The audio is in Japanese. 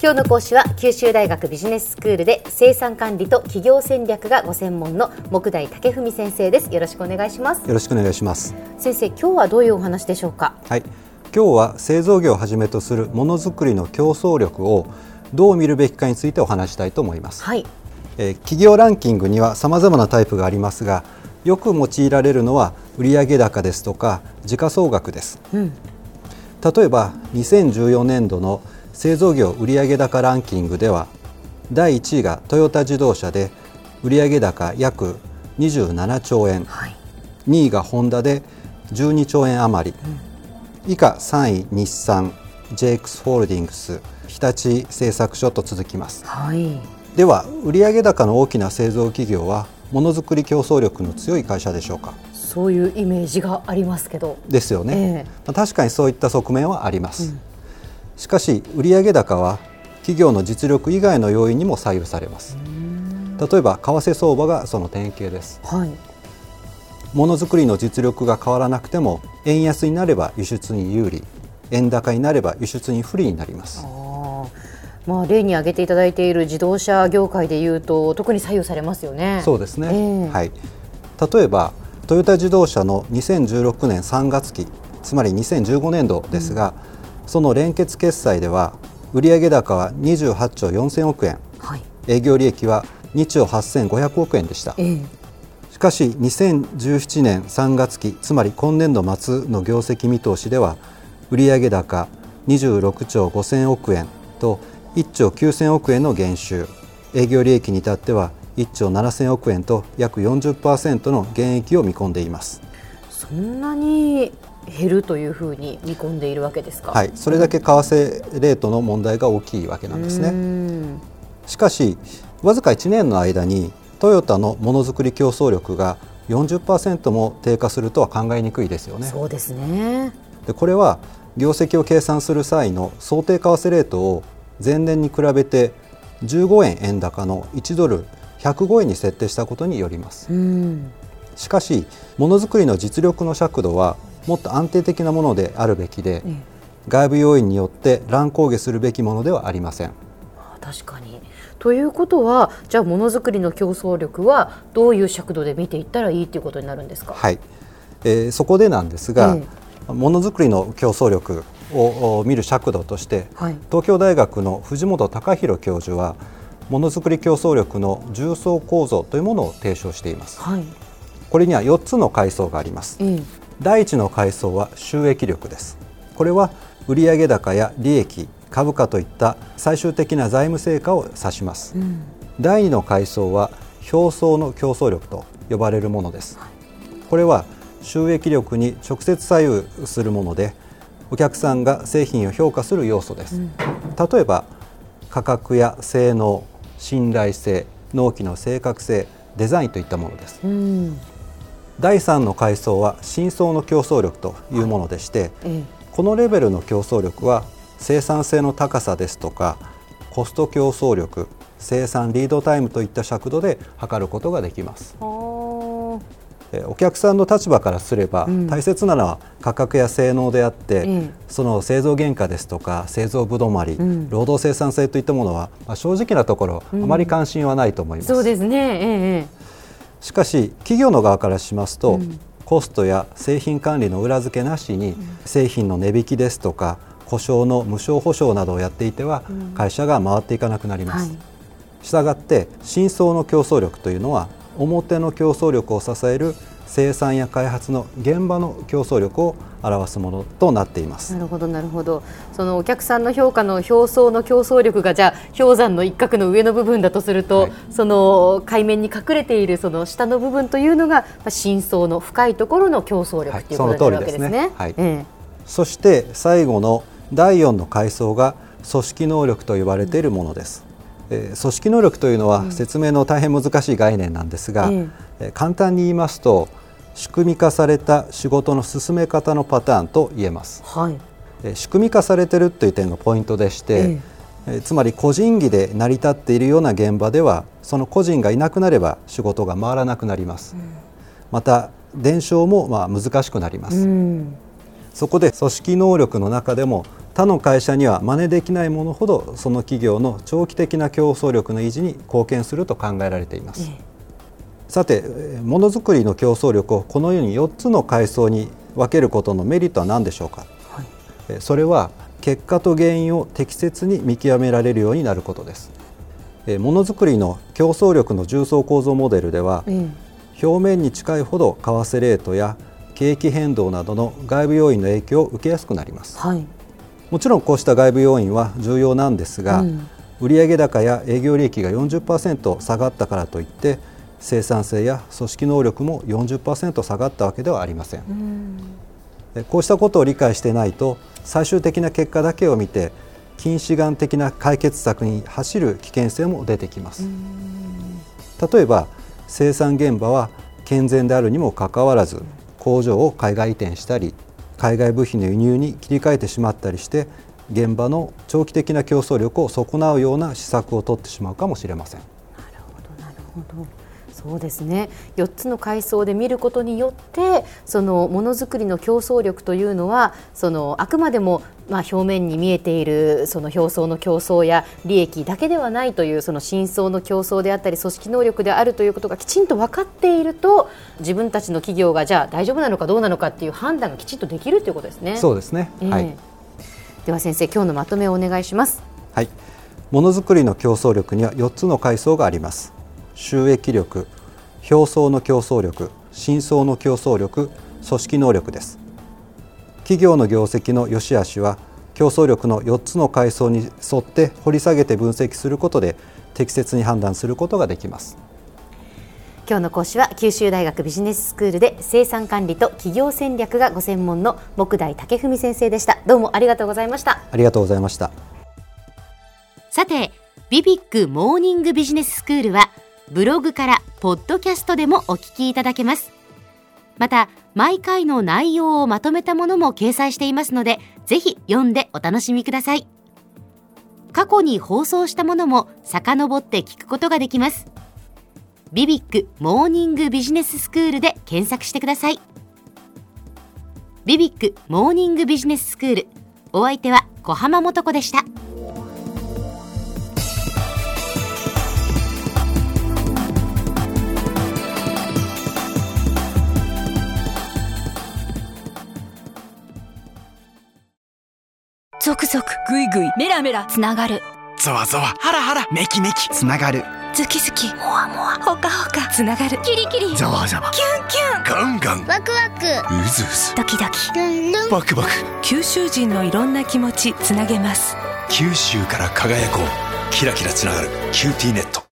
今日の講師は九州大学ビジネススクールで生産管理と企業戦略がご専門の杢代武文先生です。よろしくお願いします。 よろしくお願いします。 先生、今日はどういうお話でしょうか。 はい、今日は製造業をはじめとするものづくりの競争力をどう見るべきかについてお話したいと思います。 はい。 企業ランキングには様々なタイプがありますが、よく用いられるのは売上高ですとか時価総額です。例えば2014年度の製造業売上高ランキングでは、第1位がトヨタ自動車で売上高約27兆円、2位がホンダで12兆円余り、以下3位日産、JX ホールディングス、日立製作所と続きます。では売上高の大きな製造企業はものづくり競争力の強い会社でしょうか。 そういうイメージがありますけど。 ですよね。確かにそういった側面はあります。しかし売上高は企業の実力以外の要因にも左右されます。例えば為替相場がその典型です。ものづくりの実力が変わらなくても円安になれば輸出に有利、円高になれば輸出に不利になります。 例に挙げていただいている自動車業界でいうと特に左右されますよね。 そうですね。例えばトヨタ自動車の2016年3月期、つまり2015年度ですが、その連結決済では売上高は28兆4000億円、営業利益は2兆8500億円でした。しかし2017年3月期、つまり今年度末の業績見通しでは売上高26兆5000億円と1兆9000億円の減収、営業利益に至っては1兆7000億円と約 40% の減益を見込んでいます。 そんなに減るというふうに見込んでいるわけですか。 はい、それだけ為替レートの問題が大きいわけなんですね。しかしわずか1年の間にトヨタのものづくり競争力が 40% も低下するとは考えにくいですよね。 そうですね。 でこれは業績を計算する際の想定為替レートを前年に比べて15円円高の1ドル105円に設定したことによります。しかしものづくりの実力の尺度はもっと安定的なものであるべきで、外部要因によって乱高下するべきものではありません。 確かに。ということは、じゃあものづくりの競争力はどういう尺度で見ていったらいいということになるんですか。 はい、そこでなんですが、ものづくりの競争力を見る尺度として、東京大学の藤本隆弘教授はものづくり競争力の重層構造というものを提唱しています。これには4つの階層があります。第一の階層は収益力です。これは売上高や利益、株価といった最終的な財務成果を指します。第二の階層は表層の競争力と呼ばれるものです。これは収益力に直接左右するもので、お客さんが製品を評価する要素です。例えば価格や性能、信頼性、納期の正確性、デザインといったものです。第3の階層は深層の競争力というものでして、このレベルの競争力は生産性の高さですとかコスト競争力、生産リードタイムといった尺度で測ることができます。お客さんの立場からすれば、大切なのは価格や性能であって、その製造原価ですとか製造部止まり、労働生産性といったものは、正直なところあまり関心はないと思います。 そうですね。 しかし企業の側からしますと、コストや製品管理の裏付けなしに、製品の値引きですとか故障の無償保証などをやっていては、会社が回っていかなくなります。したがって深層の競争力というのは表の競争力を支える生産や開発の現場の競争力を表すものとなっています。 なるほどなるほど。そのお客さんの評価の表層の競争力がじゃあ氷山の一角の上の部分だとすると、その海面に隠れているその下の部分というのが深層の深いところの競争力ということになるわけですね。 そして最後の第4の階層が組織能力と呼ばれているものです。組織能力というのは説明の大変難しい概念なんですが、簡単に言いますと仕組み化された仕事の進め方のパターンと言えます。仕組み化されているという点がポイントでして、つまり個人技で成り立っているような現場ではその個人がいなくなれば仕事が回らなくなります。また伝承も難しくなります。そこで組織能力の中でも他の会社には真似できないものほどその企業の長期的な競争力の維持に貢献すると考えられています。さて、ものづくりの競争力をこのように4つの階層に分けることのメリットは何でしょうか。それは結果と原因を適切に見極められるようになることです。ものづくりの競争力の重層構造モデルでは、表面に近いほど為替レートや景気変動などの外部要因の影響を受けやすくなります。もちろんこうした外部要因は重要なんですが、売上高や営業利益が 40% 下がったからといって生産性や組織能力も 40% 下がったわけではありません。こうしたことを理解していないと最終的な結果だけを見て近視眼的な解決策に走る危険性も出てきます。例えば生産現場は健全であるにもかかわらず工場を海外移転したり海外部品の輸入に切り替えてしまったりして現場の長期的な競争力を損なうような施策を取ってしまうかもしれません。 なるほど。そうですね。4つの階層で見ることによってそのものづくりの競争力というのはあくまでも表面に見えているその表層の競争や利益だけではないというその深層の競争であったり組織能力であるということがきちんと分かっていると自分たちの企業がじゃあ大丈夫なのかどうなのかっていう判断がきちんとできるということですね。 そうですね。 では先生、今日のまとめをお願いします。 ものづくりの競争力には4つの階層があります。収益力、表層の競争力、深層の競争力、組織能力です。企業の業績の良し悪しは競争力の4つの階層に沿って掘り下げて分析することで適切に判断することができます。 今日の講師は九州大学ビジネススクールで生産管理と企業戦略がご専門の杢代武文先生でした。どうもありがとうございました。 ありがとうございました。 さて、ビビックモーニングビジネススクールはブログからポッドキャストでもお聞きいただけます。また毎回の内容をまとめたものも掲載していますので、ぜひ読んでお楽しみください。過去に放送したものも遡って聞くことができます。ビビックモーニングビジネススクールで検索してください。ビビックモーニングビジネススクール、お相手は小浜もとこでした。 ゾクゾクグイグイメラメラつながる、 ゾワゾワハラハラメキメキつながる、 ズキズキモワモワホカホカつながる、キリキリザワザワキュンキュンガンガンワクワクうずうずドキドキルンルンバクバク、 九州人のいろんな気持ちつなげます。 九州から輝こう、キラキラつながるキューティーネット。